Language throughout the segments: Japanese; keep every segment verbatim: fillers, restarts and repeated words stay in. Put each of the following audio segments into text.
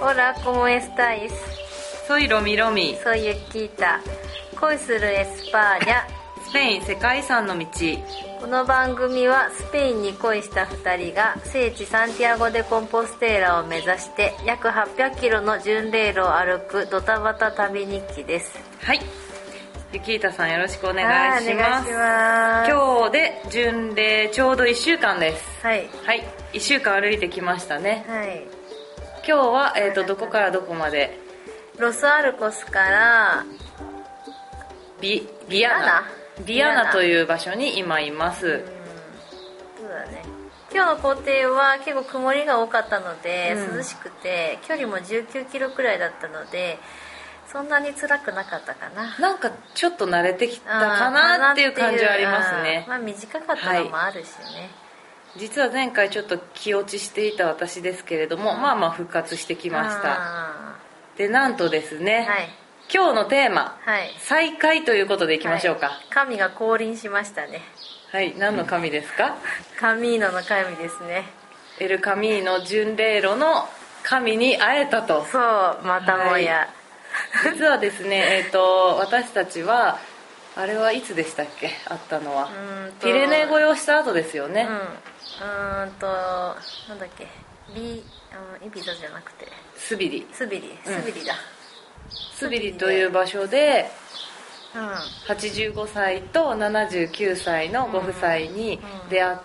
Hola, ¿cómo estáis? Soy Romi Romi。 Soy Yukita。恋するエスパーニャ。 スペイン世界遺産の道。 この番組はスペインに恋したふたりが聖地サンティアゴ・デ・コンポステーラを目指して約はっぴゃくキロの巡礼路を歩くドタバタ旅日記です。 はい、ゆきーたさんよろしくお願いします。 お願いします。 今日で巡礼ちょうどいっしゅうかんです。 はい、 はい、いっしゅうかん歩いてきましたね。 はい、 今日は、えーと、どこからどこまで？ ロスアルコスからビ、ビアナビアナという場所に今います。うん、 そうだね。今日の行程は結構曇りが多かったので、うん、涼しくて距離もじゅうきゅうキロくらいだったのでそんなに辛くなかったかな。 なんかちょっと慣れてきたかなっていう感じはありますね。 まあ短かったのもあるしね、はい、 実は前回ちょっと気落ちしていた私ですけれども、うん、まあまあ復活してきました。でなんとですね、はい、今日のテーマ、はい、再会ということでいきましょうか。はい、 神が降臨しましたね。 はい、何の神ですか？ カミーノの神ですね。 エルカミーノ巡礼路の神に会えたと。 そう、またもや、 はい、実はですね、えーと私たちはあれはいつでしたっけ、会ったのは。うんとピレネー越えをした後ですよね。うん、うーんとなんだっけ、ビイビザじゃなくてスビリスビリスビリだ、 うん、スビリという場所で、うん、はちじゅうごさいとななじゅうきゅうさいのご夫妻に出会って、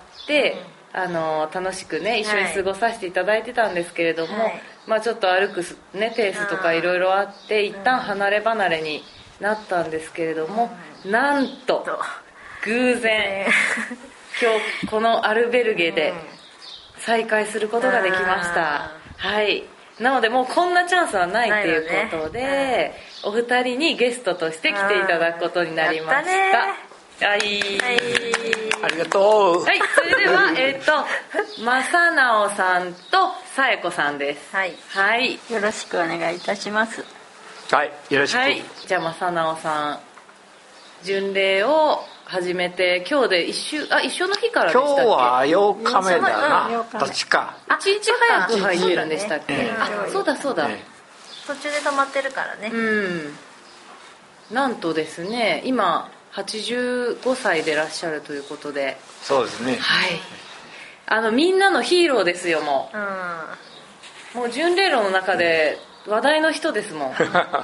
うんうん、あの楽しくね一緒に過ごさせていただいてたんですけれども、はい、まあ、ちょっと歩く、ね、ペースとかいろいろあって一旦離れ離れになったんですけれども、うん、なんと偶然今日このアルベルゲで再会することができました。はい、なのでもうこんなチャンスはないっていうことで、ね、お二人にゲストとして来ていただくことになりました。はい、はい、 ありがとう。 はい、それではえっと正直さんとさえこさんです。 はい、 はい、 よろしくお願いいたします。 はい、よろしく。 はい、じゃあ正直さん、巡礼を始めて今日で一週あ一緒の日からでしたっけ？ 今日はようかめだな、確かいちにち早く入ってるんでしたっけ？あ、そうだそうだ、ね、 途中で止まってるからね。 うん、なんとですね今はちじゅうごさいでいらっしゃるということで。 そうですね、 はい、あのみんなのヒーローですよ。もう、うん、もう巡礼路の中で話題の人ですもん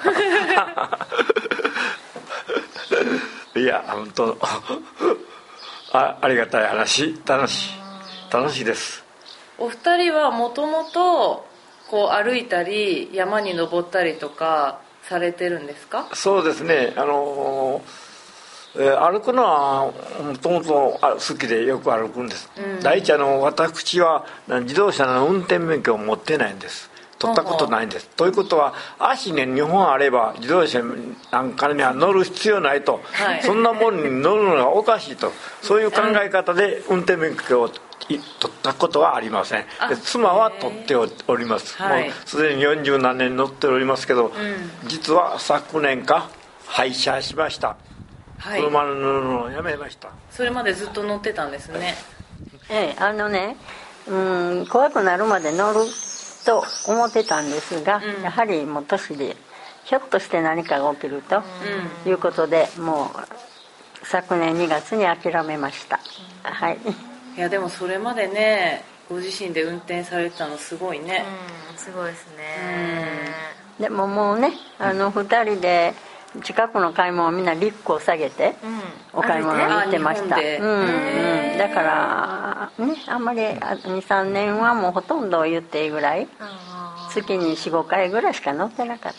いや本当あ, ありがたい話、楽しい楽しいです。 お二人はもともとこう歩いたり山に登ったりとかされてるんですか？ そうですね、あの、えー、歩くのはもともと好きでよく歩くんです、うん、第一あの私は自動車の運転免許を持ってないんです。取ったことないんです。ということは足ねにほんあれば自動車なんかには乗る必要ないと、はい、そんなものに乗るのがおかしいと、そういう考え方で運転免許を取ったことはありません。で妻は取っております、はい、もうすでによんじゅうなんねん乗っておりますけど、うん、実は昨年か廃車しました、はい、車の乗るのをやめました。 それまでずっと乗ってたんですね。 ええ、あのね、うん怖くなるまで乗ると思ってたんですが、うん、やはりもう年でひょっとして何かが起きるということで、うん、もう昨年にがつに諦めました、うん、はい。 いやでもそれまでねご自身で運転されてたのすごいね、 うん、すごいですね、 うん、でももうねあのふたりで近くの買い物をみんなリュックを下げてお買い物に行ってました、うんうん、だからねあんまりにさんねんはもうほとんど言っていいぐらい月に よん,ご 回ぐらいしか乗ってなかった、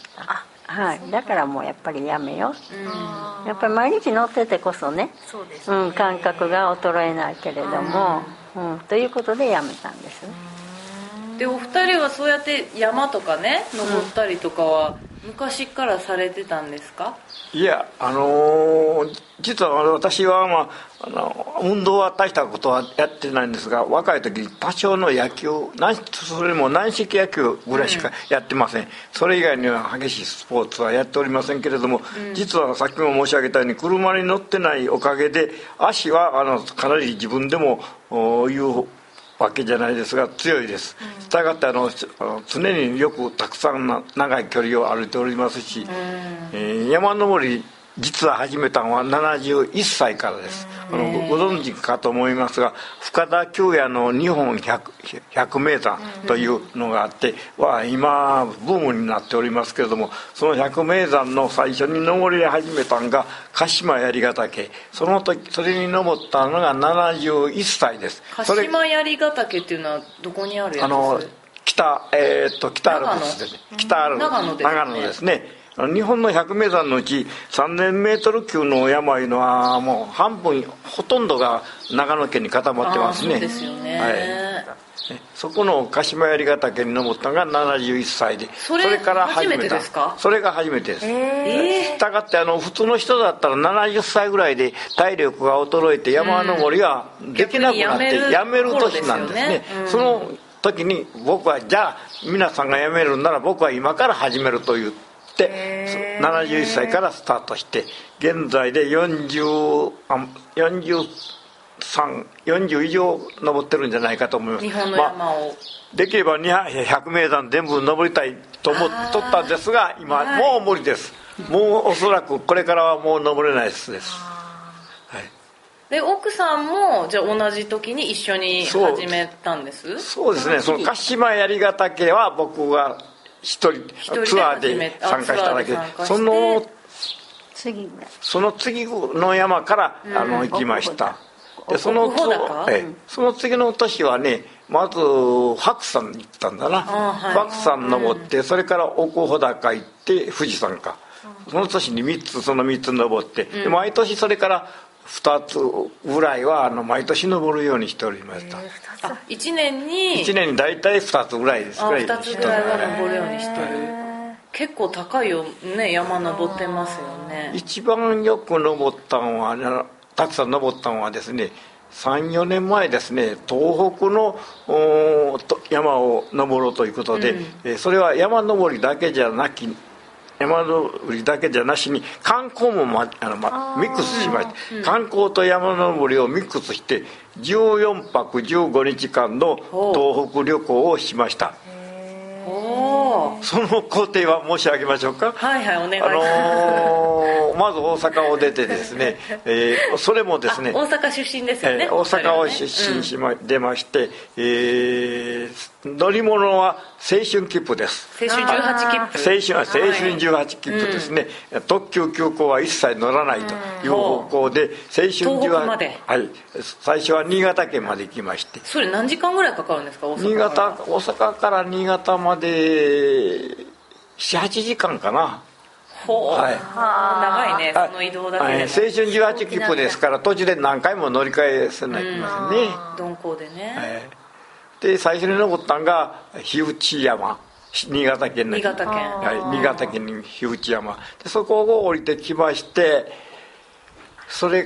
はい、だからもうやっぱりやめよう、うん、やっぱり毎日乗っててこそ ね, そうですね、うん、感覚が衰えないけれども、うんうん、ということでやめたんですね。 でお二人はそうやって山とかね登ったりとかは昔からされてたんですか？ いやあのー、実は私は、まあ、あの運動は大したことはやってないんですが、若い時多少の野球、それも軟式野球ぐらいしかやってません、うん、それ以外には激しいスポーツはやっておりませんけれども、うん、実はさっきも申し上げたように車に乗ってないおかげで足はあのかなり自分でもいうわけじゃないですが強いです。したがってあの常によくたくさんな長い距離を歩いておりますし、えー、山登り実は始めたのはななじゅういっさいからです。あのご存知かと思いますが、深田久也の日本百名山というのがあっては今ブームになっておりますけれども、その百名山の最初に登り始めたのが鹿島槍ヶ岳。その時それに登ったのがななじゅういっさいです。 鹿島槍ヶ岳っていうのはどこにあるやつですか？あの北、えー、っと北アルプスですね。北アルプス、長野ですね。長野ですね。日本の百名山のうちさんぜんメートル級の山いうのはもう半分ほとんどが長野県に固まってますね。 そうですよね、 はい、そこの鹿島槍ヶ岳に登ったのがななじゅういっさいで、 それ、それから始めた。初めてですか？ それが初めてです。えー、したがってあの普通の人だったらななじゅっさいぐらいで体力が衰えて山登りができなくなってやめる年なんですね。その時に僕はじゃあ皆さんがやめるなら僕は今から始めるというななじゅういっさいからスタートして現在でよんじゅう、よんじゅうさん、よんじゅう以上登ってるんじゃないかと思います。 日本の山を、まあ、 できれば百名山全部登りたいと思っとったんですが今、はい、もう無理です。もうおそらくこれからはもう登れないです。はい、 で奥さんもじゃあ同じ時に一緒に始めたんです？ そうですね。その鹿島槍ヶ岳は僕が一人ツアーで参加しただけで、その次その次の山から、うん、あの行きました。でそのえその次の年はね、まず白山に行ったんだな。はい、白山登って、それから奥穂高行って富士山か。その年にみっつそのみっつ登って、うん、で毎年それからふたつぐらいはあの毎年登るようにしておりました。 あ、いちねんにいちねんに大体ふたつぐらいですぐらい。ふたつぐらいは登るようにしてる。結構高いよね、山登ってますよね。 一番よく登ったのはたくさん登ったのはですね、さん、よねんまえですね、東北の山を登ろうということで、うん、それは山登りだけじゃなき山登りだけじゃなしに観光も、ま、あのま、ミックスしまして、うん、観光と山登りをミックスしてじゅうよんぱくじゅうごにちかんの東北旅行をしました。おその工程は申し上げましょうか。 はいはい、お願いします。 あのー、まず大阪を出てですね、えー、それもですね大阪出身ですよね。 えー、大阪を出身しま、うん、出まして、えー、乗り物は青春切符です。 青春じゅうはち切符。 青春は青春じゅうはち切符ですね、はい、特急急行は一切乗らないという方向で、青春じゅうはち、はい、最初は新潟県まで行きまして。 それ何時間ぐらいかかるんですか？大阪新潟大阪から新潟までなな、はちじかんかな。 ほう、はい、長いね、その移動だけでも、はい、 青春じゅうはち切符ですから途中で何回も乗り換えせないといけませんね。 鈍行でね、 はい、で最初に登ったのが火内山、新潟県の新潟県、 はい、新潟県に火内山で、そこを降りてきまして、それ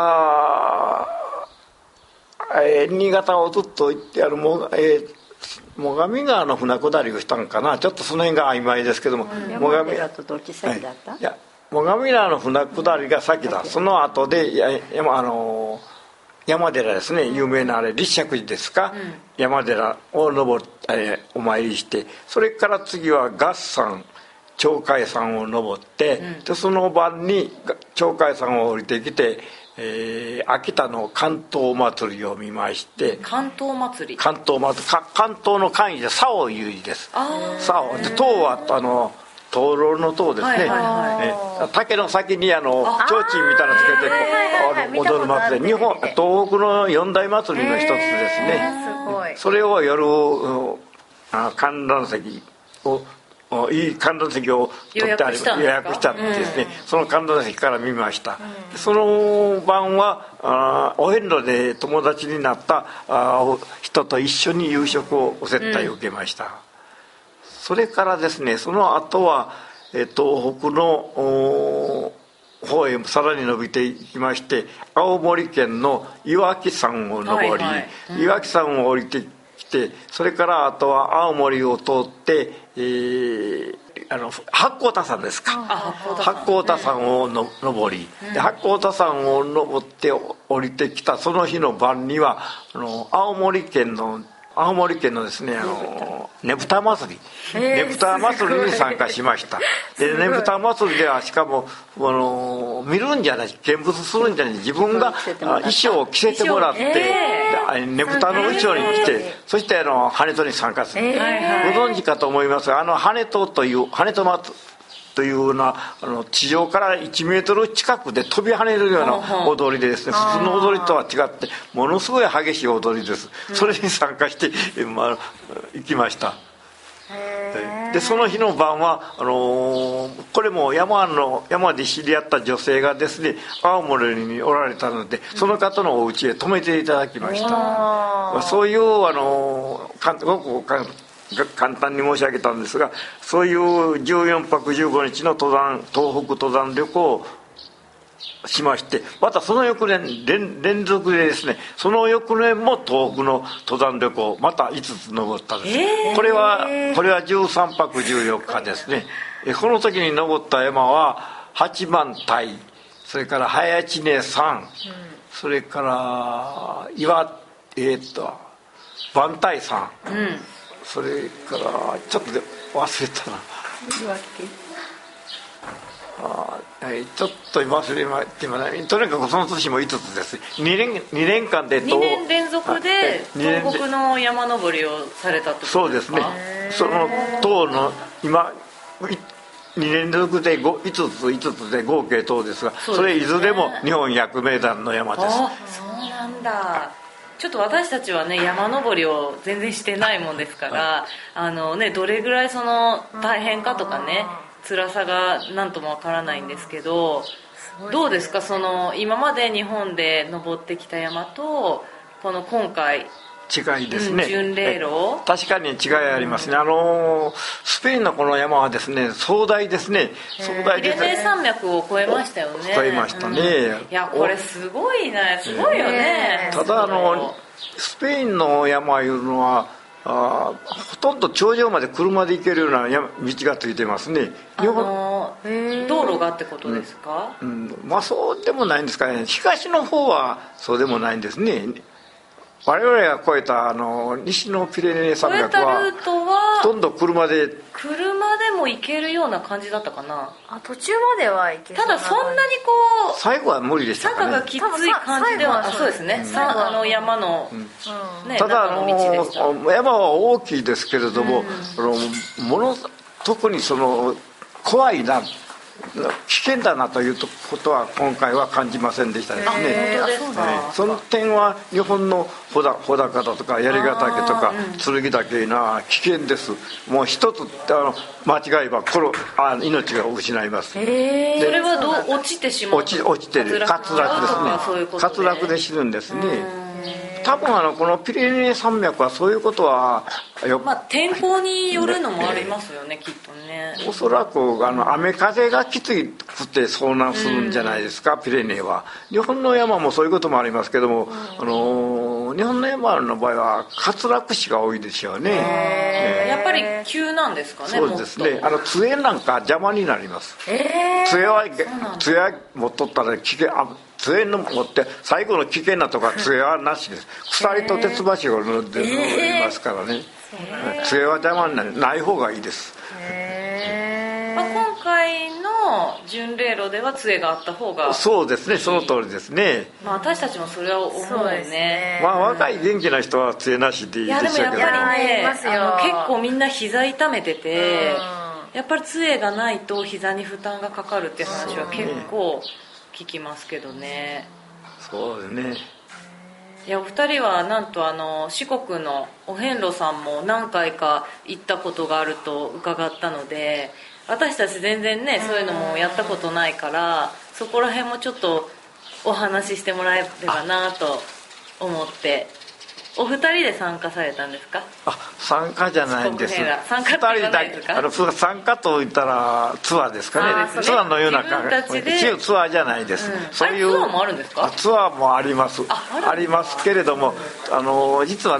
からえー、新潟をずっと行ってあるも、えー、最上川の船下りをしたんかな、ちょっとその辺が曖昧ですけども、 最上川とどっち先だった？ はい、いや最上川の船下りが先だ。その後でや山あの山寺ですね、有名なあれ立石寺ですか、うん、山寺を登って、えー、お参りして、それから次は月山鳥海山を登って、うん、でその晩に鳥海山を降りてきて、えー、秋田の関東祭りを見まして。 関東祭り、 関東祭り、関東の関位で佐をいう字です。佐をで、塔はあの灯籠の塔ですね、はいはいはい、え竹の先にあの提灯みたいなのつけてこう踊る祭り、日本東北の四大祭りの一つですね。すごい。それを夜観覧席をいい観覧席を取ってあり予約したんですね、うん、その観覧席から見ました、うん、その晩はあお遍路で友達になったあ人と一緒に夕食をお接待を受けました、うん、それからですね、その後はえ東北の方へさらに伸びていきまして、青森県の岩木山を登り、はいはいうん、岩木山を降りてきて、それからあとは青森を通って、えー、 あの八甲田山ですか。八甲田山をの登り、で八甲田山を登って降りてきたその日の晩にはあの青森県の青森県のですねあのねぶた祭り、ねぶた祭りに参加しました。でねぶた祭りではしかもあの見るんじゃない見物するんじゃない自分が衣装を着せてもらってねぶたの衣装に着てそしてあの跳人に参加する、ご存知かと思いますがあの跳人という跳人祭りというようなあの地上からいちメートル近くで飛び跳ねるような踊りでですね普通の踊りとは違ってものすごい激しい踊りです。それに参加して、まあ、行きました。でその日の晩はあのー、これも山の山で知り合った女性がですね青森におられたのでその方のお家へ泊めていただきました。そういうあのー、ごく簡簡単に申し上げたんですがそういうじゅうよんぱくじゅうごにちの登山東北登山旅行をしましてまたその翌年 連, 連続でですねその翌年も東北の登山旅行またいつつ登ったんです、えー、これはこれはじゅうさんぱくじゅうよっかですね。この時に登った山は八幡平それから早知根山、うん、それから岩えー、っと磐梯山、うんそれからちょっとで忘れたなあ、はい、ちょっと忘れまってもないとにかくその年もいつつです 2, 年2年間でにねん連続で東北の山登りをされたってことですか。 そうですねその塔の今にねん連続でいつついつつで合計塔ですが そ, それいずれも日本百名山の山です。 あそうなんだ。ちょっと私たちはね山登りを全然してないもんですから、はい、あのねどれぐらいその大変かとかね辛さが何ともわからないんですけどどうですかその今まで日本で登ってきた山とこの今回違いですね、 うん、巡礼路確かに違いありますね、うん、あのスペインのこの山はですね壮大ですね壮大ですね。 ピレネー山脈を越えましたよね。 越えましたね、うん、 いやこれすごいねすごいよね、 えー、ただあのスペインの山いうのはあほとんど頂上まで車で行けるような山道がついてますね。 あのー、道路がってことですか、 うんうん、まあそうでもないんですかね。東の方はそうでもないんですね。我々が越えたあの西のピレネー山脈は越えたルートはほとんど車で車でも行けるような感じだったかな。 あ途中までは行けそうな。 ただそんなにこう最後は無理でしたかね。 坂がきつい感じではあそうですね、うん、あの山の、 うんね、ただあの山は大きいですけれども、うん、もの特にその怖いな危険だなということは今回は感じませんでしたですね。 本当ですか。 その点は日本の穂高だとか槍ヶ岳とか剣岳な危険です。もう一つあの間違えばこのあ命が失います。 へそれはどう落ちてしまう落ち、落ちてる滑落ですね。滑落で死ぬんですね。多分あのこのピレネー山脈はそういうことはよ、 まあ、天候によるのもありますよね、きっとね。 おそらくあの雨風がきついくて遭難するんじゃないですか、ピレネーは。日本の山もそういうこともありますけども、あの日本の山の場合は滑落死が多いですよね。 えー、やっぱり急なんですかね。 そうですね。あの杖なんか邪魔になります。 えー、 杖は杖は持っとったら危険あ杖の持って最後の危険なとこは杖はなしです。鎖と鉄橋を塗っていますからね、えー、杖は邪魔にならない方がいいです。 えーまあ、今回の巡礼路では杖があった方がそうですね、その通りですね。 まあ、私たちもそれは思うね。ね、 まあ、若い元気な人は杖なしでいいでしょうけど。いやでもやっぱりねあの結構みんな膝痛めてて、やっぱり杖がないと膝に負担がかかるって話は結構聞きますけどね。 そうですね。 いやお二人はなんとあの四国のお遍路さんも何回か行ったことがあると伺ったので、私たち全然ねそういうのもやったことないから、そこら辺もちょっとお話ししてもらえればなと思って。お二人で参加されたんですか？ あ、参加じゃないんです。 参加って言わないですか？ あの参加と言ったらツアーですかね。ツアーのような感じ。一応ツアーじゃないです。 うん、そういうツアーもあるんですか？ ツアーもあります。あ、ありますけれども、あの実はね、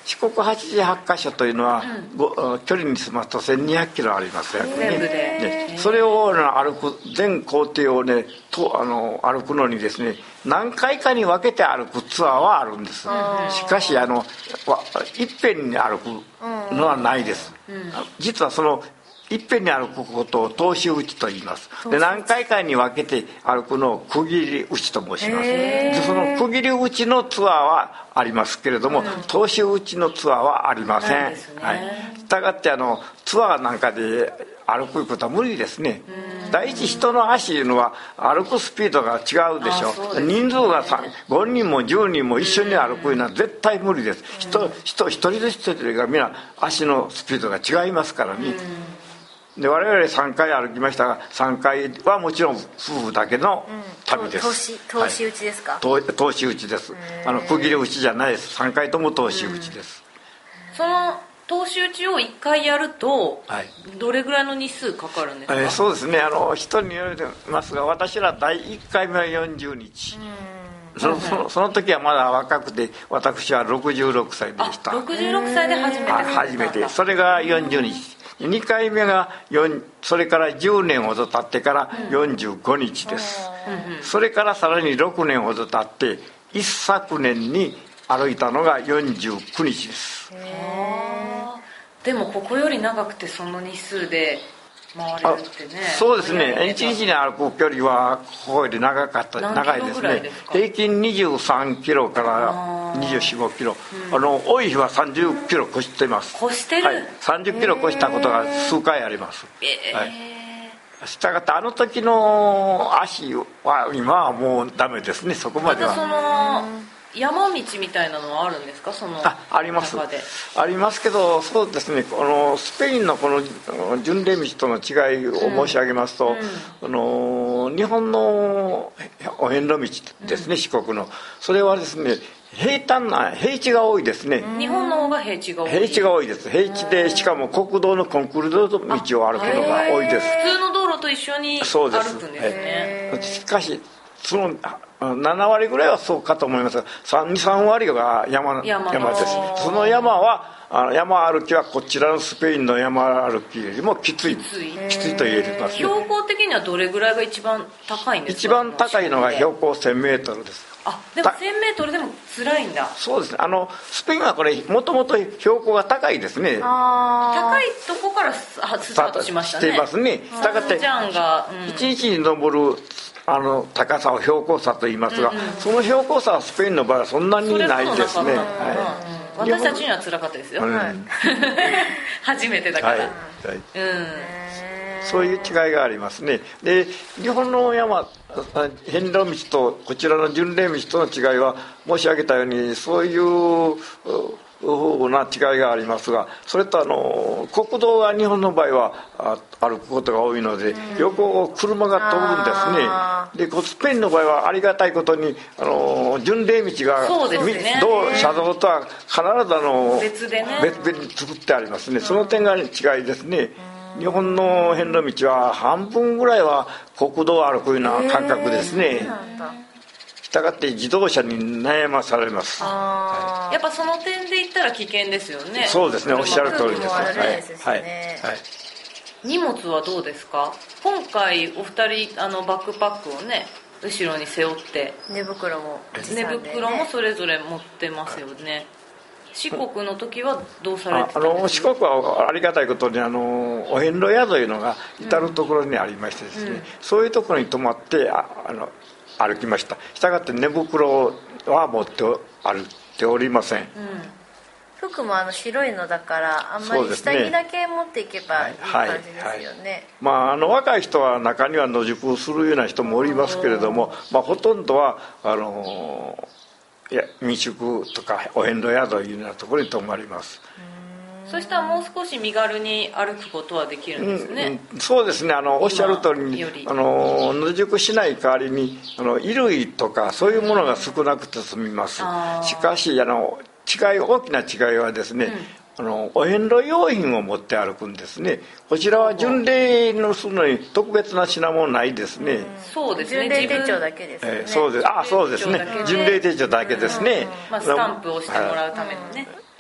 四国はちじゅうはちかしょというのは、うん、距離にしますとせんにひゃくキロありますよね。 全部で、ね、 それを歩く全行程をねとあの歩くのにですね何回かに分けて歩くツアーはあるんです。しかしあのいっぺんに歩くのはないです、うん、実はそのいっぺんに歩くことを通し打ちと言います。で何回かに分けて歩くのを区切り打ちと申します。でその区切り打ちのツアーはありますけれども、うん、通し打ちのツアーはありません。はい。したがってあのツアーなんかで歩くことは無理ですね。第一人の足いうのは歩くスピードが違うでしょ。う、ね、人数がごにんもじゅうにんも一緒に歩くのは絶対無理です。人人一人ずつ一人が皆足のスピードが違いますからね。で我々さんかい歩きましたがさんかいはもちろん夫婦だけの旅です。 通し打ちですか？ はい、通し打ちです。あの区切り打ちじゃないです。さんかいとも通し打ちです。 その通し打ちをいっかいやると、はい、どれぐらいの日数かかるんですか？ えー、そうですね、あの人によりますが私らだいいっかいめはよんじゅうにち、その, そ, のその時はまだ若くて私はろくじゅうろくさいでした。 ろくじゅうろくさいで初めて初めてそれがよんじゅうにち、にかいめがそれからじゅうねんほど経ってからよんじゅうごにちです、うん、それからさらにろくねんほど経って一昨年に歩いたのがよんじゅうくにちです。 でもここより長くてその日数で回れるってね。 そうですね、いちにちに歩く距離はここより長かった長いですね。平均にじゅうさんキロからにじゅうよん、ごキロ、うん、あの多い日はさんじゅっキロ越しています。 越してる、はい、 さんじゅっキロ越したことが数回あります。えーはい、したがってあの時の足は今はもうダメですね。そこまでは。 またその山道みたいなのはあるんですか？そのあありますありますけど、そうですね、このスペインのこの巡礼道との違いを申し上げますと、うん、あの日本のお遍路道ですね、うん、四国のそれはですね平坦な平地が多いですね。 日本の方が平地が多い。 平地が多いです。平地でしかも国道のコンクリート道を歩くのが多いです。 普通の道路と一緒に歩くんですね。 しかしそのななわりぐらいはそうかと思いますが にさんわりが 山, 山, 山です。その山はあの山歩きはこちらのスペインの山歩きよりもきついきつ い, きついと言えます、ね、 標高的にはどれぐらいが一番高いんですか？ 一番高いのが標高せんメートルです。 あ、でもせんメートルでも辛いんだ。 そうですね、あのスペインはこれもともと標高が高いですね。 あ高いとこからスタートしましたね。 していますね。したがっていちにちに登るあの高さを標高差と言いますが、うんうん、その標高差はスペインの場合はそんなにないですね。 はい、私たちには辛かったですよ、うん、初めてだから、はいはい、うん、 そういう違いがありますね。で日本の山遍路道とこちらの巡礼道との違いは申し上げたようにそういうな違いがありますが、それとあの国道が日本の場合は歩くことが多いので、うん、横を車が飛ぶんですね。でスペインの場合はありがたいことにあの巡礼道がそうですね、 道車道とは必ずあの別でね別々に作ってありますね。その点が違いですね。日本の遍路道は半分ぐらいは国道を歩くような感覚ですね。したがって自動車に悩まされます。 あ、はい、やっぱその点で言ったら危険ですよね。 そうですね、おっしゃる通りです。はい、はいはい、 荷物はどうですか？今回お二人あのバックパックをね後ろに背負って寝袋も寝袋もそれぞれ持ってますよね。四国の時はどうされてたんですか？ あの四国はありがたいことにあのお遍路屋というのが至る所にありましてですね、うん、そういうところに泊まってああの歩きました。したがって寝袋は持って歩いておりません、うん、 服もあの白いのだからあんまり下着だけ持っていけばいい感じですよね。 まああの若い人は中には野宿するような人もおりますけれども、まあ、ほとんどはあのいや民宿とかお遍路宿というようなところに泊まります。 そしたらもう少し身軽に歩くことはできるんですね、 うん、そうですね、あのおっしゃる通りにあの野宿しない代わりにあの衣類とかそういうものが少なくて済みます。しかしあの違い大きな違いはですね、うん、あのお遍路用品を持って歩くんですね。こちらは巡礼のするのに特別な品物ないですね、うん、 そうですね、 巡礼手帳だけですね、 えー、そうです、あ、そうですね、巡礼手帳だけですね、 うん、まあ、スタンプをしてもらうためのね、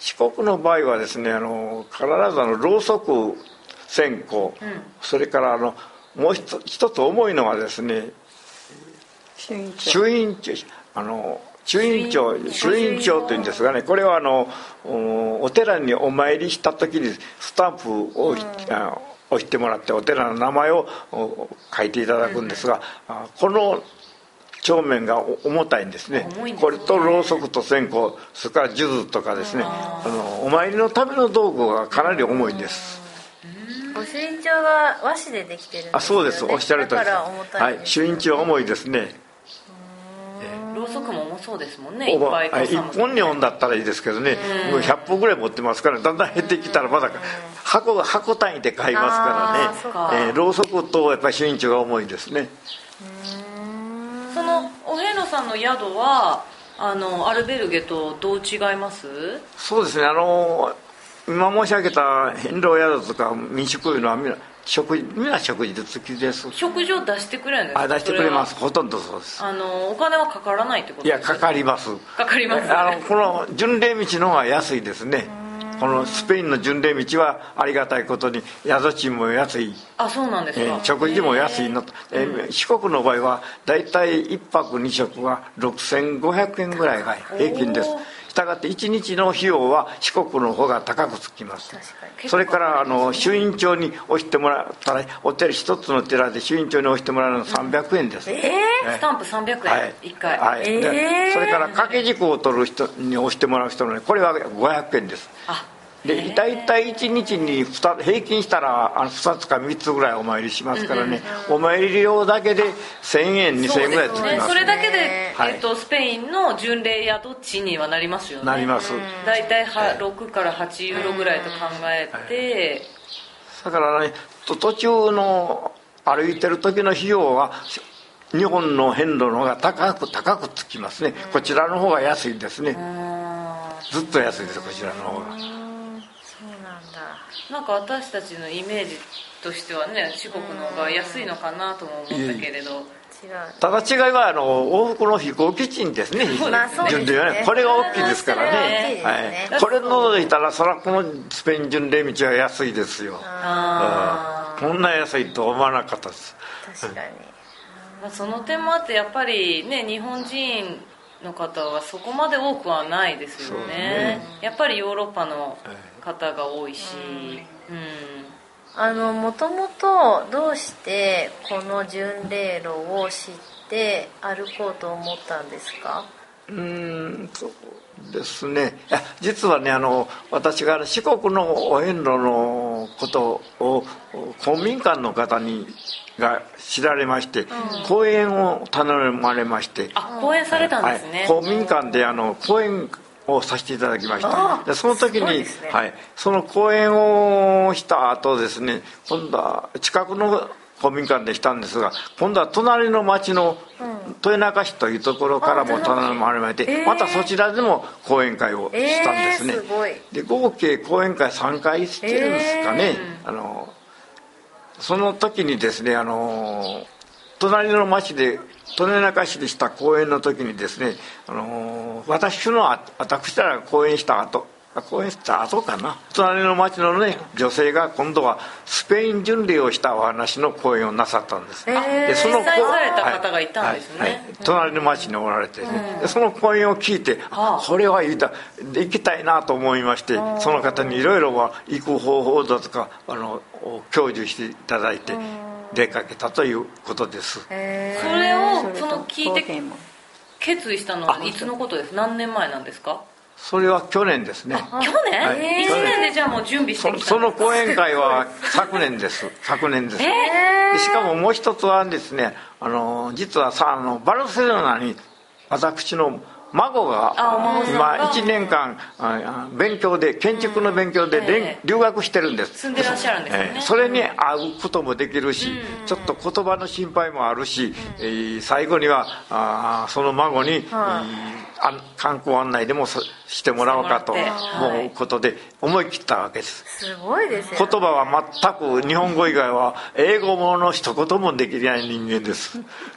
四国の場合はですね、あの必ずあのろうそく線香、うん、それからあのもう一つ一つ重いのはですね、朱印帳、あの朱印帳朱印帳というんですがね、これはあのお寺にお参りした時にスタンプを、うん、押してもらってお寺の名前を書いていただくんですが、うん、この帳面が重たいんですね。これとろうそくと線香、それから数珠とかですね、あのお参りのための道具がかなり重いんです。 ご朱印帳が和紙でできてるんですよね。 あ、そうです、おっしゃるとおりです。はい、朱印帳は重いですね。 ろうそくも重そうですもんね。いっぱいいっぽんにほんだったらいいですけどね、もうひゃっぽんぐらい持ってますから、だんだん減ってきたらまだ箱が箱単位で買いますからね、えー、ろうそくとやっぱり朱印帳が重いですね。 そのお遍路さんの宿はあのアルベルゲとどう違います？ そうですね、あの今申し上げた遍路宿とか民宿いうのはみんな食事、みんな食事付きです。 食事を出してくれるんですか？ あ、出してくれます。ほとんどそうです。 あのお金はかからないってことですか？ いや、かかります。 かかります、ね、 あのこの巡礼道の方が安いですね。このスペインの巡礼道はありがたいことに宿賃も安い。 あ、そうなんですか。えー、食事も安いのと、えーうん、四国の場合はだいたいいっぱくにしょくはろくせんごひゃくえんぐらいが平均です。したがっていちにちの費用は四国の方が高くつきます。それからあの朱印帳に押してもらったら、お寺一つの寺で朱印帳に押してもらうのはさんびゃくえんです。 えー、スタンプさんびゃくえん、はい、いっかい、 はい、えー、それから掛け軸を取る人に押してもらう人のこれはごひゃくえんです。あ、で大体いちにちに平均したらあのふたつかみっつぐらいお参りしますからね、うんうん、お参り料だけでせんえんにせんえんぐらいつきます。 そ, ね、それだけで、はい、えっと、スペインの巡礼宿地にはなりますよね。 なります。 大体はろくからはちユーロぐらいと考えて、 だからね、途中の歩いてる時の費用は日本の遍路の方が高く高くつきますね。こちらの方が安いですね。ずっと安いです、こちらの方が。 なんか私たちのイメージとしてはね、四国の方が安いのかなとも思ったけれど、 ただ違いはあの往復の飛行機賃ですね。 まあそうですね、 これが大きいですからね。はい、これ除いたらそらこのスペイン巡礼道は安いですよ。あ、こんな安いと思わなかったです。 確かに。 まあ、その点もあってやっぱりね、日本人の方はそこまで多くはないですよ ね, ね。やっぱりヨーロッパの方が多いし、うん、うん、 あのもともとどうしてこの巡礼路を知って歩こうと思ったんですか？ うーん、そうですね、実はね、あの私が四国のお遍路のことを公民館の方にが知られまして、うん、講演を頼まれまして。 あ、講演されたんですね。 はい、公民館であの講演をさせていただきました。でその時に、ね、はい、その講演をした後ですね、今度は近くの公民館でしたんですが、今度は隣の町の豊中市というところからも頼まれまして、うん、またそちらでも講演会をしたんですね。 えー、すごい。 で合計講演会さんかいしてるんですかね。えー、あのその時にですね、あの隣の町で豊中市でした講演の時にですね、あの私の私らが講演した後講演した後かな、隣の町のね女性が今度はスペイン巡礼をしたお話の講演をなさったんです。 えー、でその実際された方がいたんですね。はいはいはい、 隣の町におられてね、うん、でその講演を聞いて、あ、これは言いた行きたいなと思いまして、その方にいろいろ行く方法だとかあの教授していただいて出かけたということです。 えー、それをその聞いて決意したのはいつのことです？何年前なんですか？ それは去年ですね。 去年、はい、いちねんでじゃあもう準備してきたんです。 その講演会は昨年です昨年です。えー、でしかももう一つはですね、あの実はさあのバルセロナに私の孫が今いちねんかん勉強で建築の勉強で留学してるんです。 住んでらっしゃるんですよね。 それに会うこともできるし、ちょっと言葉の心配もあるし、最後にはその孫に観光案内でもしてもらおうかと思うことで思い切ったわけです。 すごいですね。 言葉は全く日本語以外は英語もの一言もできない人間です。 へー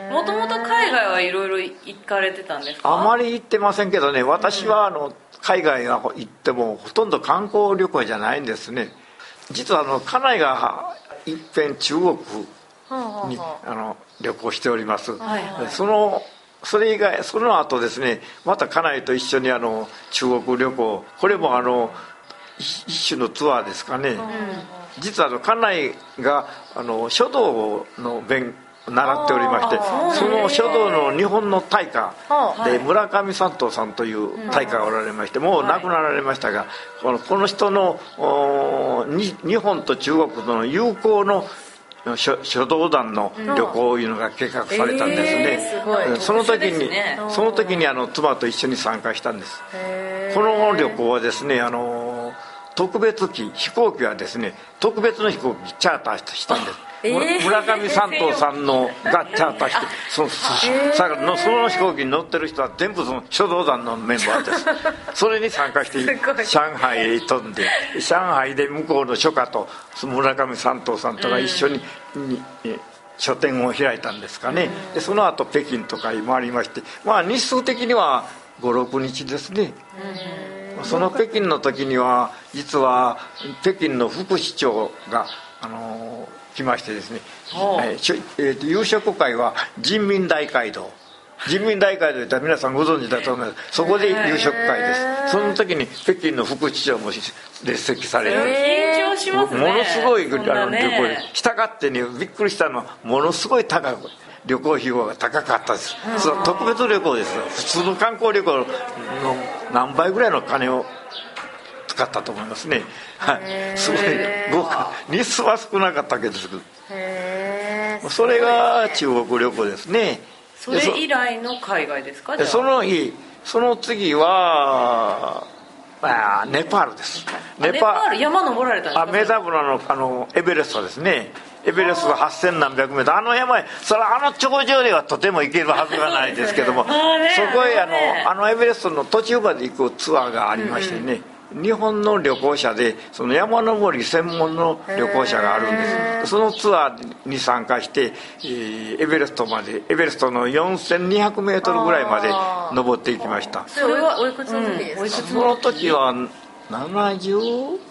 もともと海外はいろいろ行かれてたんですか？ あまり行ってませんけどね、私はあの海外が行ってもほとんど観光旅行じゃないんですね。実はあの家内がいっぺん中国にあの旅行しております、はいはい、そのそれ以外その後ですね、また家内と一緒にあの中国旅行、これもあの一種のツアーですかね、うん、実はあの家内があの書道の勉習っておりまして、その書道の日本の大家で村上三藤さんという大家がおられまして、もう亡くなられましたが、このこの人の日本と中国との友好の書, 書道団の旅行いうのが計画されたんですね、うんえー、すその時に、ね、その時にあの妻と一緒に参加したんです。この旅行はですね、あの特別機飛行機はですね、特別の飛行機チャーターしたんです。えー、村上三藤さんのがチャーターして、そ, そ, えー、のその飛行機に乗ってる人は全部その書道団のメンバーです。それに参加して上海へ飛んで、上海で向こうの書家と村上三藤さんとが一緒に、うん、書店を開いたんですかね、うん、でその後北京とか回りまして、まあ日数的にはごろくにちですね、うん、その北京の時には実は北京の副市長があのー来ましてですね、えーえー、夕食会は人民大会堂、人民大会堂といったら皆さんご存知だと思います。そこで夕食会です。その時に北京の副市長も列席されて、 緊張しますね。 ものすごいあの旅行で、したがってね、びっくりしたのはものすごい高く旅行費用が高かったです。その特別旅行です。普通の観光旅行の何倍ぐらいの金を使ったと思いますね。はい、すごい僕日数は少なかったけど、へそれが中国旅行ですね。 それ以来の海外ですか？じゃあそのその次はあネパールです。 ネパール山登られたんですか？ あメダブラのあのエベレストですね。エベレストはっせんなんびゃくメートル、あの山へ、それあの頂上ではとても行けるはずがないですけども、そこへあのあのエベレストの途中まで行くツアーがありましてね、うん日本の旅行者でその山登り専門の旅行者があるんです。そのツアーに参加して、えー、エベレストまでエベレストのよんせんにひゃくメートルぐらいまで登っていきました。 それはおいくつの時ですか？うん、 その時はななじゅう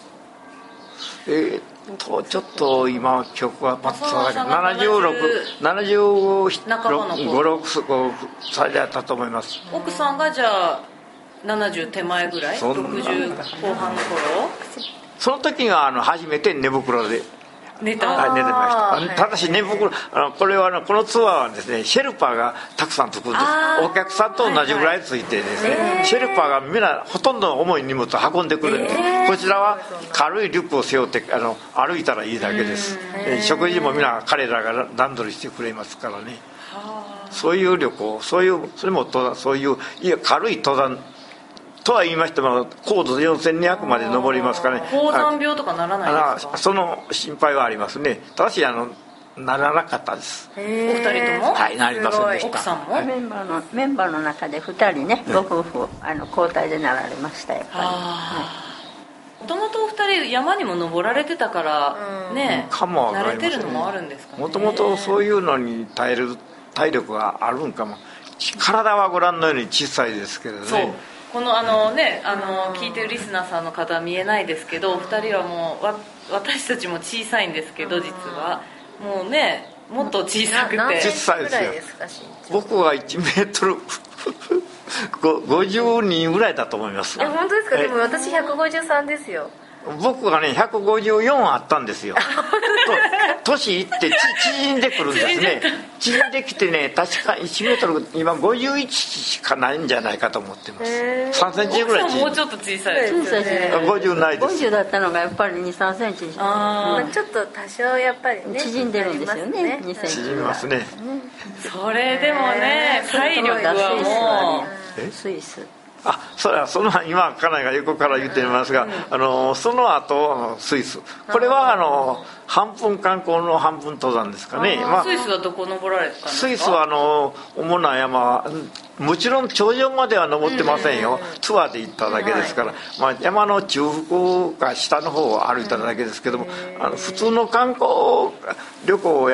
えーとちょっと今記憶はパッとだけどななじゅうろく、ななじゅうご、ろく歳だったと思います。 奥さんがじゃあななじゅう手前ぐらい、ろくじゅう後半の頃、 その時があの初めて寝袋で寝た寝てました。ただし寝袋あのこれはあのこのツアーはですね、シェルパーがたくさんつくんです。お客さんと同じぐらいついてですね、はいはい、シェルパーがみんなほとんどの重い荷物を運んでくるんです、えー、こちらは軽いリュックを背負ってあの歩いたらいいだけです、えー、食事もみんな彼らが段取りしてくれますからね。そういう旅行、そういうそれも登山、そういういや軽い登山とは言いましても高度よんせんにひゃくまで登りますからね。 高山病とかならないですか？ その心配はありますね。ただしあのならなかったです。 お二人とも？ はい、なりませんでした。 奥さんも？ メンバーのメンバーの中でふたりね、ご夫婦あの交代でなられましたやっぱり。 もともとお二人山にも登られてたからね、 かも慣れてるのもあるんですかね。 もともとそういうのに耐える体力があるんかも。体はご覧のように小さいですけどね。 そう。このあのね、あの聞いてるリスナーさんの方は見えないですけど、お二人はもうわ私たちも小さいんですけど、実はもうねもっと小さくて小さいですよ。僕はいちメートルごじゅうにぐらいだと思います。 え本当ですか？でも私ひゃくごじゅうさんですよ。 僕がねひゃくごじゅうよんあったんですよ。年いって縮んでくるんですね。縮んできてね、確かいちメートル今ごじゅういちしかないんじゃないかと思ってます。さんセンチぐらいもうちょっと小さいですね。 ごじゅうないです。 ごじゅうだったのがやっぱりに、さんセンチ。 ああ、ちょっと多少やっぱりね縮んでるんですよね。にセンチ縮みますね。 それでもね体力はもうスイス。 あそれはその今家内が横から言っていますが、うん、あのその後スイス、これはあの半分観光の半分登山ですかね。 まあ、スイスはどこ登られたんですか？ スイスはあの主な山はもちろん頂上までは登ってませんよ、うんうんうん、ツアーで行っただけですから、はいまあ、山の中腹か下の方を歩いただけですけども、あの普通の観光旅行をやって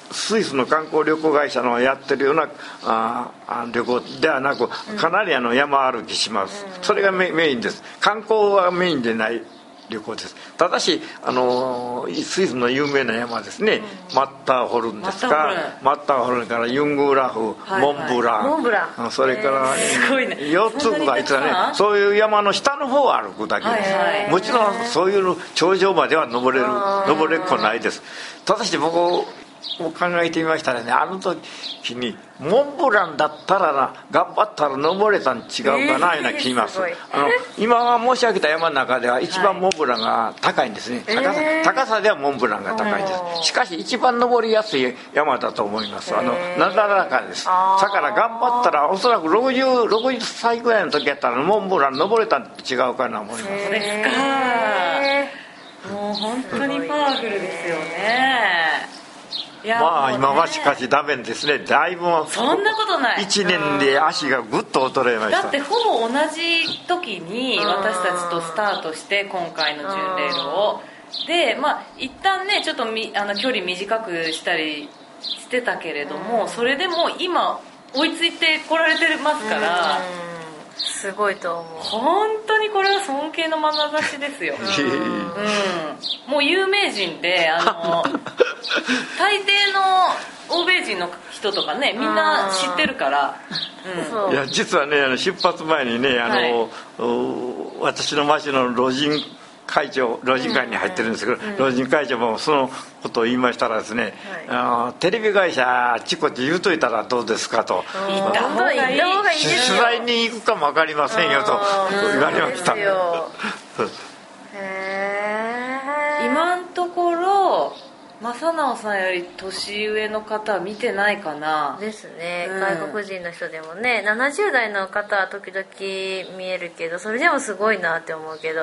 スイスの観光旅行会社のやってるようなああ旅行ではなく、かなりあの山歩きします、うん、それが メ, メインです。観光はメインでない旅行です。ただしあのスイスの有名な山ですね、うん、マッターホルンですか、マッターホルンからユングラフ、はいはい、モンブラン、 モンブラン、 それからすごいね、 よっつぐらいね、そういう山の下の方を歩くだけです、はいはい、もちろんそういう頂上までは登れる登れっこないです。ただし僕を考えてみましたらね、あの時にモンブランだったらな頑張ったら登れたん違うかないうな気がします、えー、あの今申し上げた山の中では一番モンブランが高いんですね、はい、高さ、えー、高さではモンブランが高いです。しかし一番登りやすい山だと思います。あのなだらかです。だから頑張ったらおそらくろくじゅう、ろくじゅっさいぐらいの時やったらモンブラン登れたん違うかな思います。そうですか、えー、もう本当にパワフルですよね。 まあ今はしかしダメですね。だいぶそんなことない、 いちねんで足がぐっと衰えました。 だってほぼ同じ時に私たちとスタートして今回の巡礼路をで、まあ一旦ねちょっとみあの距離短くしたりしてたけれども、それでも今追いついてこられてますから、 すごいと思う。 本当にこれは尊敬の眼差しですよ、うん、もう有名人であの大抵の欧米人の人とかねみんな知ってるから、 うん、いや実はねあの出発前にねあの、はい、私の町の老人会長老人会に入ってるんですけど、うんうん、老人会長もそのことを言いましたらですね、はい、あのテレビ会社あちこち言うといたらどうですかと、 行った方がいい、 取材に行くかも分かりませんよと言われました。 今のところ正直さんより年上の方は見てないかなですね、うん、外国人の人でもねななじゅう代の方は時々見えるけどそれでもすごいなって思うけどは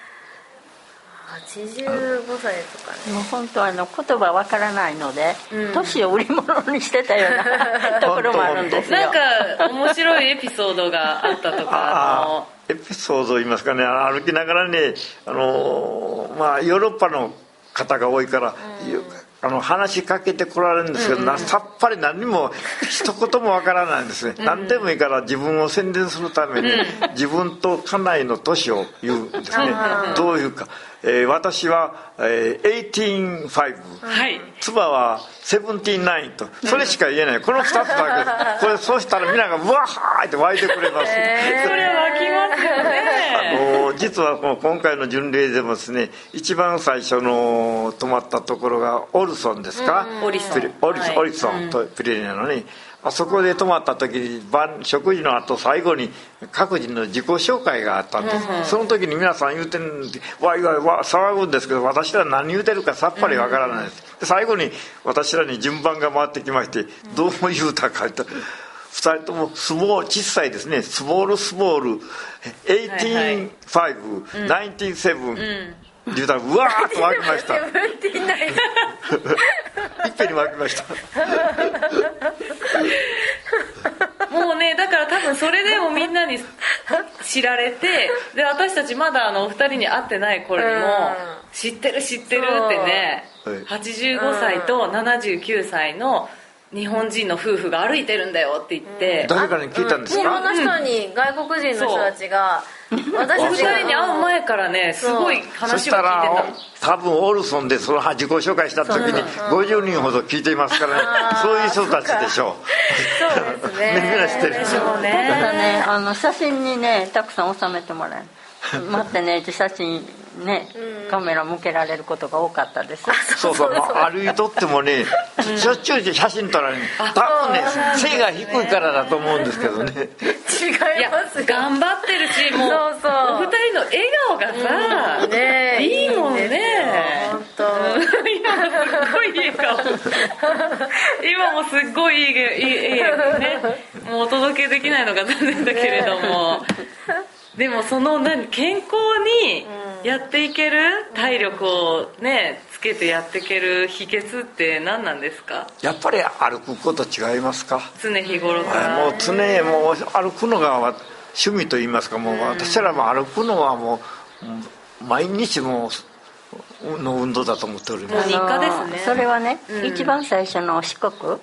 ちじゅうごさいとかね、 もう本当あの言葉わからないので、うん、年を売り物にしてたようなところもあるんですよ。 なんか面白いエピソードがあったとかあのエピソード言いますかね、歩きながらねあの、まあ、ヨーロッパの方が多いから、うん、あの話しかけてこられるんですけど、うんうん、さっぱり何も一言もわからないんですね、うん、何でもいいから自分を宣伝するために、うん、自分と家内の年を言うんですね、うん、どういうか、えー、私は、えー、はちじゅうご、はい、妻はななじゅうきゅうとそれしか言えない、うん、このふたつだけこれそうしたら皆がうわーって湧いてくれます、 えー、それ湧きますよね。 あの実はもう今回の巡礼でもですね一番最初の泊まったところがオルソンですか、 うん、オリソンオリソン、はい、オリソンとピレネーのね、あそこで泊まった時に晩食事の後最後に各人の自己紹介があったんです、うんうん、その時に皆さん言うてるんでわいわいわ騒ぐんですけど私ら何言うてるかさっぱりわからないです、うん、で最後に私らに順番が回ってきましてどうも言うたかとふたりともスモール小さいですねスモールスモールはちじゅうご、 はいはい、 きゅうじゅうなな、うんって言うたらうわーっと湧きましたいっぺんに湧きましたもうねだから多分それでもみんなに知られてで私たちまだあのお二人に会ってない頃にも知ってる知ってるってねはちじゅうごさいとななじゅうきゅうさいの日本人の夫婦が歩いてるんだよって言って、 うん、誰かに聞いたんですか、 日本の人に外国人の人たちが私たちがふたりに会う前からねすごい話を聞いてた。多分オルソンでその自己紹介した時にごじゅうにんほど聞いていますからね、そういう人たちでしょう。 そうですねみんな知ってるでしょうね。 ただねあの写真にねたくさん収めてもらえる待ってね写真ね、カメラ向けられることが多かったです。 そうそう、まあ、歩いとってもねしょっちゅう写真撮られる、多分ね背が低いからだと思うんですけどね。違いますよ、 頑張ってるしもうそうそうお二人の笑顔がさ、うんね、いいもんね本当今もすっごいいい笑顔今もすっごいいい笑顔ねもうお届けできないのが残念だけれども、でもその何健康にやっていける、体力をねつけてやっていける秘訣って何なんですか？ やっぱり歩くこと違いますか？ 常日頃から、 もう常もう歩くのが趣味と言いますか、もう私らも歩くのはもう毎日もうの運動だと思っております。 日課ですね。 それはね、うん、一番最初の四国、うんうん、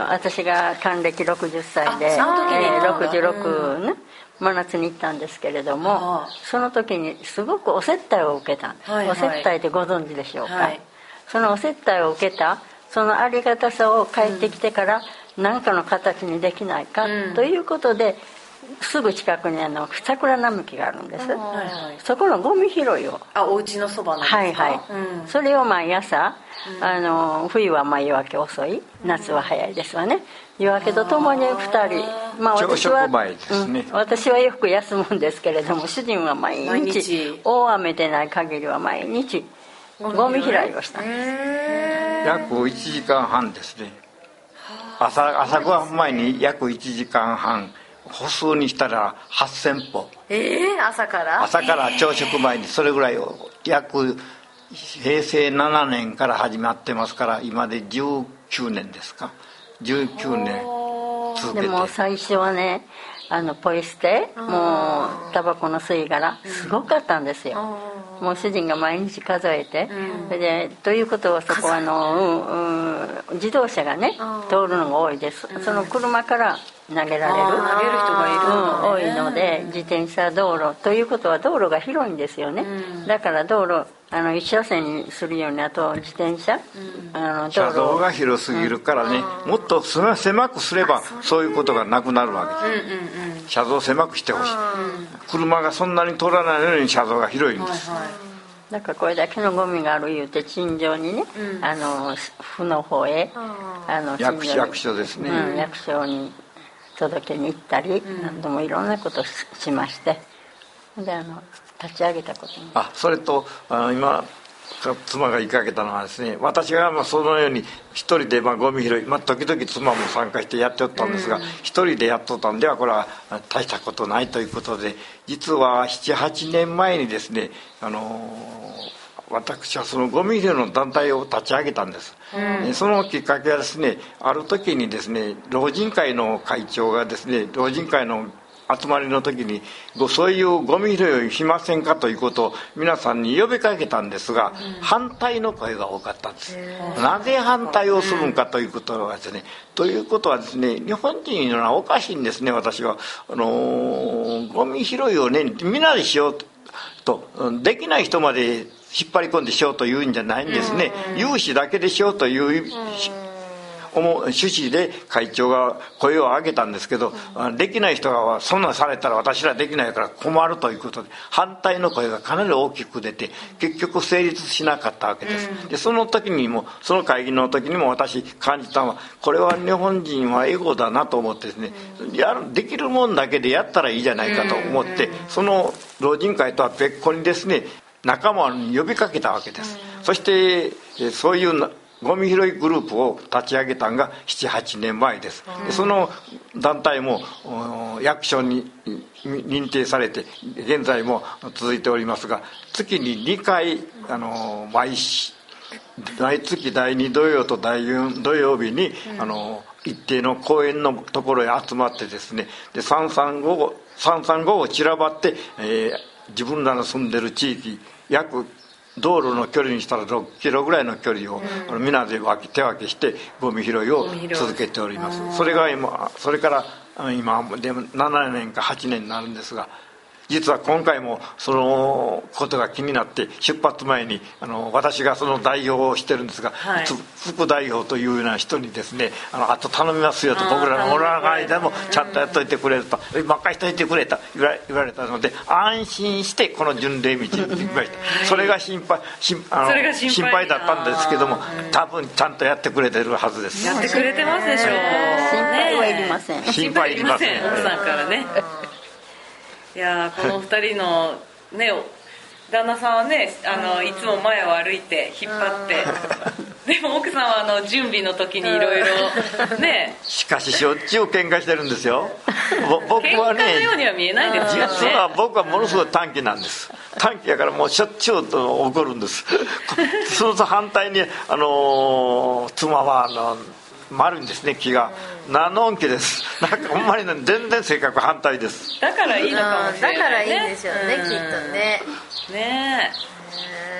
私が還暦ろくじゅっさいで、えー、ろくじゅうろくね、真夏に行ったんですけれども、その時にすごくお接待を受けた、はいはい、お接待ってご存知でしょうか、はい、そのお接待を受けたそのありがたさを帰ってきてから何かの形にできないか、うん、ということで、すぐ近くにあの桜並木があるんです、はいはい、そこのゴミ拾いを、 あ、お家のそばなんですか。 はいはい、うん、それを毎朝、うん、あの冬はまあ夜明け遅い、夏は早いですわね。夜明けとともにふたり、まあ、私は、 前ですね、 うん、私はよく休むんですけれども、主人は毎日、毎日大雨でない限りは毎日ゴミ拾いをしたんです。 約いちじかんはんですね。 朝, 朝ごはん前に約いちじかんはん、歩数にしたらはっせんぽ。 えー、朝から朝から朝食前にそれぐらいを約へいせいななねんから始まってますから、今でじゅうきゅうねんですか、じゅうきゅうねん続けて。 でも最初はね、あのポイ捨て、もうタバコの吸い殻すごかったんですよ。もう主人が毎日数えて、うん、それでということはそこはあの、うんうん、自動車がね通るのが多いです、うん、その車から投げられる、投げる人がいる、 うん、多いので、自転車道路ということは道路が広いんですよね、うん、だから道路あの一車線にするように、あと自転車、うん、あの道路車道が広すぎるからね、うん、もっと狭くすればそういうことがなくなるわけです、うんうんうん、車道を狭くしてほしい、うん、車がそんなに通らないのに車道が広いんです、はいはい、 だからこれだけのゴミがある言うて陳情にね、うん、あの府の方へ、あの役, 役所ですね、 うん、役所に届けに行ったり、うん、何度もいろんなことを し, しまして、であの立ち上げたことに、 あ、それとあの今妻が言いかけたのはですね、私がまあそのように一人でまあゴミ拾い、まあ、時々妻も参加してやっておったんですが、うん、一人でやっとったんではこれは大したことないということで、実はななはちねんまえにですね、あのー、私はそのゴミ拾いの団体を立ち上げたんです、うん、そのきっかけはですね、ある時にですね、老人会の会長がですね、老人会の集まりの時にそういうゴミ拾いをしませんかということを皆さんに呼びかけたんですが、うん、反対の声が多かったんです。なぜ反対をするのかということはですね、ということはですね、日本人はおかしいんですね。私はあのー、ゴミ拾いをね、みんなでしようと、できない人まで引っ張り込んでしようというんじゃないんですね、うん、有志だけでしようという、うん趣旨で会長が声を上げたんですけど、うん、できない人がそんなんされたら私らできないから困るということで反対の声がかなり大きく出て、結局成立しなかったわけです、うん、でその時にもその会議の時にも私感じたのは、これは日本人はエゴだなと思ってですね、うん、やるできるもんだけでやったらいいじゃないかと思って、うん、その老人会とは別個にですね、仲間に呼びかけたわけです、うん、そしてそういうゴミ拾いグループを立ち上げたのがななはちねんまえです、うん、その団体も役所に認定されて現在も続いておりますが、月ににかいあの 毎, 毎月だいに土曜とだいよん土曜日に、うん、あの一定の公園のところへ集まってですね、で三三五を散らばって、えー、自分らの住んでる地域約道路の距離にしたらろっキロぐらいの距離を、うん、皆で分け手分けしてゴミ拾いを続けております。それが今それから今でもななねんかはちねんになるんですが、実は今回もそのことが気になって出発前にあの私がその代表をしてるんですが、はい、副代表というような人にですね、あのあと頼みますよと、僕らの俺らの間もちゃんとやっといてくれると、任しといてくれと言われ、言われたので安心してこの巡礼道に行きました、それが心配心あの心配だったんですけども、多分ちゃんとやってくれてるはずです。 やってくれてますでしょう。 心配はいりません。 心配いりません。 奥さんからね。いやこのふたりのね、旦那さんはね、あのいつも前を歩いて引っ張ってでも奥さんはあの準備の時にいろいろね、 しかししょっちゅう喧嘩してるんですよ。 僕はね、喧嘩のようには見えないですよね。 実は僕はものすごい短気なんです。短気やからもうしょっちゅうと怒るんです。その反対にあの妻はあの丸いんですね、気が。何のん気です。なんかほんまに、ね、全然性格反対です。 だからいいのかもしれない、ね、 だからいいんですよね、うん、きっとね。 ねえ。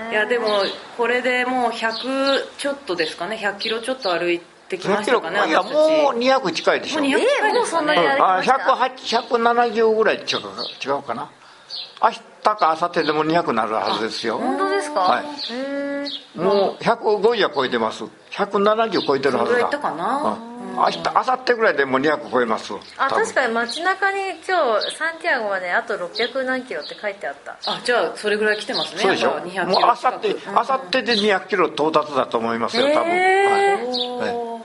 いやでもこれでもうひゃくちょっとですかね、ひゃっキロちょっいってきましたかね。 いやもうにひゃく近いでしょ。 もうにひゃく近いですかね。 あ、ひゃくななじゅうぐらい違う違うかな。明日か明後日でもにひゃくなるはずですよ。 本当ですか？ はい。もうひゃくごじゅうは超えてます。ひゃくななじゅう超えてるはずだ。 それぐらいいったかな。 明日明後日ぐらいでもうにひゃく超えます。 あ、確かに街中に今日サンティアゴまであとろっぴゃく何キロって書いてあった。 あ、じゃあそれぐらい来てますね。 そうでしょ。 にひゃくキロもう明後日明後日でにひゃくキロ到達だと思いますよ多分。 はい、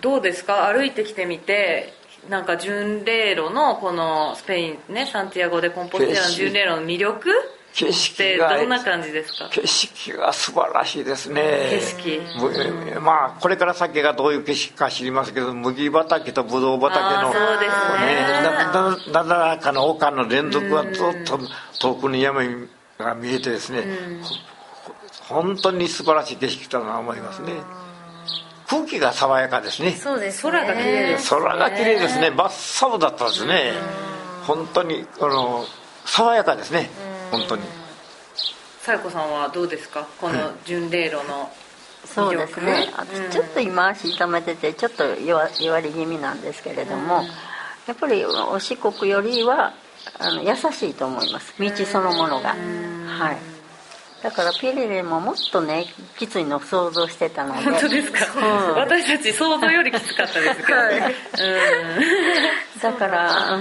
どうですか、歩いてきてみて、なんか巡礼路のこのスペインね、サンティアゴ・デ・コンポステラの巡礼路の魅力景色がどんな感じですか？ 景色が素晴らしいですね。 景色、 まあこれから先がどういう景色か知りますけど、麦畑とブドウ畑の、 そうですね、 なだらかな丘の連続がずっと遠くに山が見えてですね、本当に素晴らしい景色だなと思いますね。空気が爽やかですね。 そうですね。 空が綺麗です、 ね、空が綺麗ですね。真っ青だったですね。本当にあの爽やかですね。本当に。 さや子さんはどうですか、この巡礼路のそうですね、私ちょっと今足痛めててちょっと弱り気味なんですけれども、やっぱりお四国よりはあの優しいと思います、道そのものが。はい、だからピレレももっとねきついのを想像してたので。 本当ですか、うん、私たち想像よりきつかったですけど、はい、うん、 だから、うん、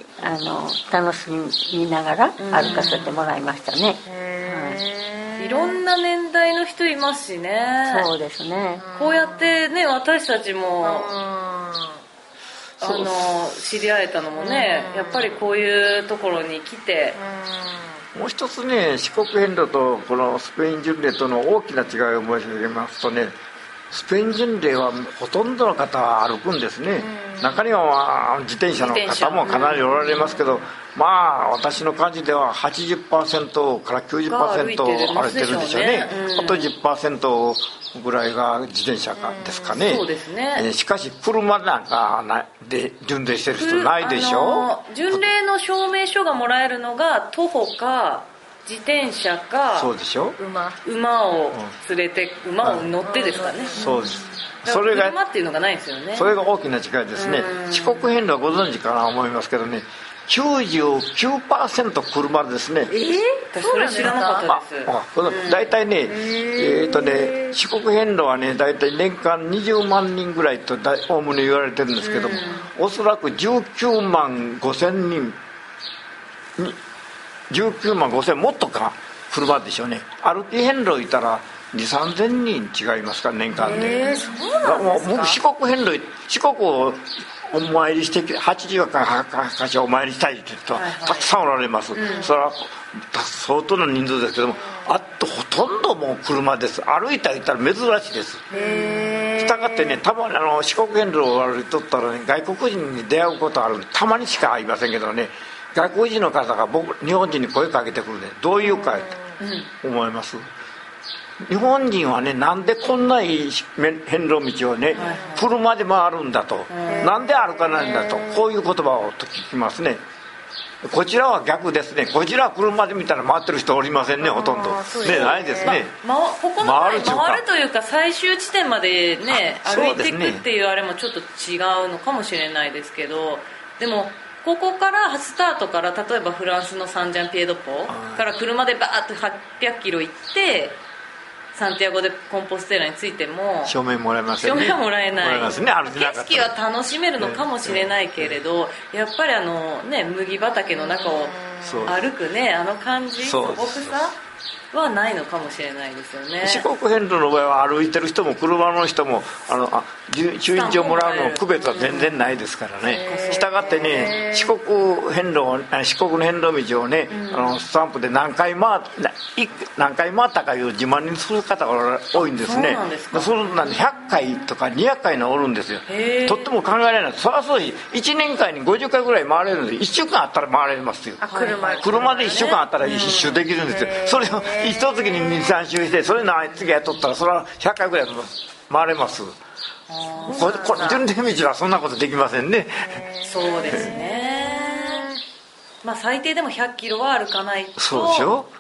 あの楽しみながら歩かせてもらいましたね。 いろんな年代の人いますしね。 そうですね。 こうやってね、私たちもあの知り合えたのもね、やっぱりこういうところに来て。 もう一つね、四国遍路とこのスペイン巡礼との大きな違いを申し上げますとね、スペイン巡礼はほとんどの方は歩くんですね。中には、まあ、自転車の方もかなりおられますけど、まあ私の感じでは はちじゅっパーセント から きゅうじゅっパーセント 歩いてるでしょうね。あと じゅっパーセント ぐらいが自転車ですかね。 そうですね。 えー、しかし車なんかで巡礼してる人ないでしょ。あの巡礼の証明書がもらえるのが徒歩か自転車か、 そうでしょ、 馬馬を連れて、うん、馬を乗ってですかね、うん、 そうです。 それが車っていうのがないんですよね。 それが大きな違いですね。四国遍路はご存知かなと思いますけどね、きゅうじゅうきゅうパーセント 車ですね。 えー、私それ知らなかったです。 ああ、大体ね、えーとね、四国遍路はね、大体年間にじゅうまんにんぐらいとおおむね言われてるんですけども、おそらくじゅうきゅうまんごせんにんにじゅうきゅうまんごせんもっとか車でしょうね。歩き遍路いたらにせんさんぜんにん違いますから年間で。 えー、そうなんですか。 僕四国遍路四国をお参りしてはちじゅうか箇所お参りしたいって人はたくさんおられます、はいはい、それは相当な人数ですけども、あとほとんどもう車です。歩いたら言ったら珍しいです。したがってね、たまにあの四国遍路を歩いとったらね、外国人に出会うことある。たまにしか会いませんけどね、外国人の方が僕日本人に声かけてくるね。どういうかって思います。日本人はね、なんでこんないい遍路道をね、車で回るんだと、なんで歩かないんだと、こういう言葉を聞きますね。こちらは逆ですね。こちらは車で見たら回ってる人おりませんね、ほとんどね、ないですね、 ま、ここの回る回るというか最終地点までね歩いていくっていうあれもちょっと違うのかもしれないですけど、でもここからスタートから例えばフランスのサンジャンピエドポから車でバーッとはっぴゃくキロ行ってサンティアゴ・デ・コンポステラについても証明もらえませんね。 証明はもらえない。 もらえますね、歩いてなかったら。 景色は楽しめるのかもしれないけれど、やっぱりあのね、麦畑の中を歩くね、あの感じ、素朴さはないのかもしれないですよね。 四国遍路の場合は歩いてる人も車の人もあのあ駐輪場もらうの区別は全然ないですからね。したがってね、四国遍路四国の遍路道をね、うん、あのスタンプで何回回った何回回ったかいう自慢にする方が多いんですね。 そうなんですか。 そんなひゃっかいとかにひゃっかいのおるんですよ。とっても考えられない。そりゃそうしいちねんかんにごじゅっかいぐらい回れるんで、いっしゅうかんあったら回れますよ。 車, 車でいっしゅうかんあったら一周できるんですよ。それを一月ににさん周して、それの次やっとったらそれはひゃっかいぐらい回れます。これこれ巡礼道はそんなことできませんね。 そうですね。まあ最低でもひゃっキロは歩かないと。 そうでしょ、 うん、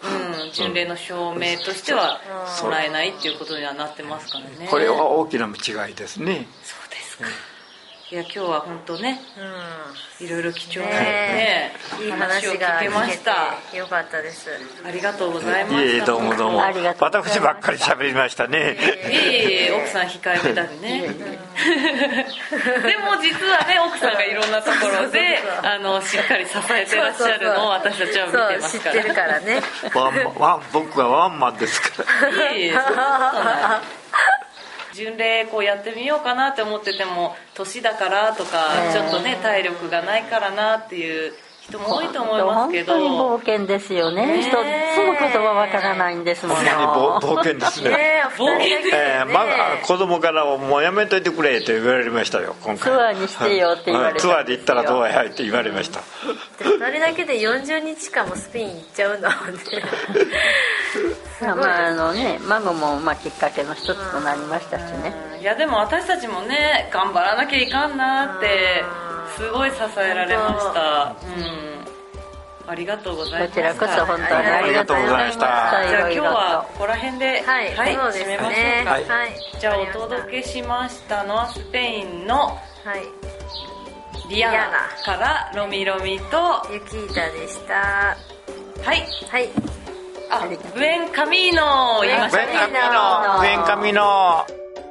うん、巡礼の証明としてはもらえないっていうことにはなってますからね。 これは大きな違いですね。 そうですか、うん、いや今日は本当ね、うん、いろいろ貴重なね、 いい話が聞けました。よかったです。 ありがとうございました。 いえどうもどうも。私ばっかり喋りましたね。 いえいえ奥さん控えめだね。でも実はね奥さんがいろんなところであのしっかり支えてらっしゃるのを私たちは見てますから。 そう知ってるからね。 ワンワン僕はワンマンですから。 いえいえそんなことない。巡礼こうやってみようかなって思ってても年だからとかちょっとね体力がないからなっていう人も多いと思いますけど、 本当に冒険ですよね。一つも言葉わからないんですもんね。 冒険ですね。 冒険ですね。 えーまあ、子供からもうやめといてくれって言われましたよ今回。 ツアーにしてよって言われたんですよ。 ツアーで行ったらどうやって言われました。 それだけでよんじゅうにちかんもスペイン行っちゃうんだもんね。 まああのね、孫もまあきっかけの一つとなりましたしね。 いやでも私たちもね頑張らなきゃいかんなってすごい支えられました。うん、ありがとうございました。 こちらこそ本当にありがとうございました。じゃあ今日はここら辺で、 はい、はい、そうですね、 締めましょうか。 はい、 じゃあお届けしましたのはスペインの、はい、リアナからロミロミとユキータでした。 はいはい。 あ、ブエンカミーノ言いましたね。 ブエンカミーノ。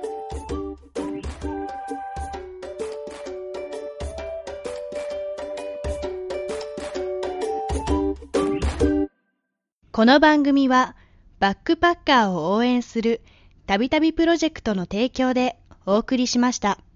この番組はバックパッカーを応援するたびたびプロジェクトの提供でお送りしました。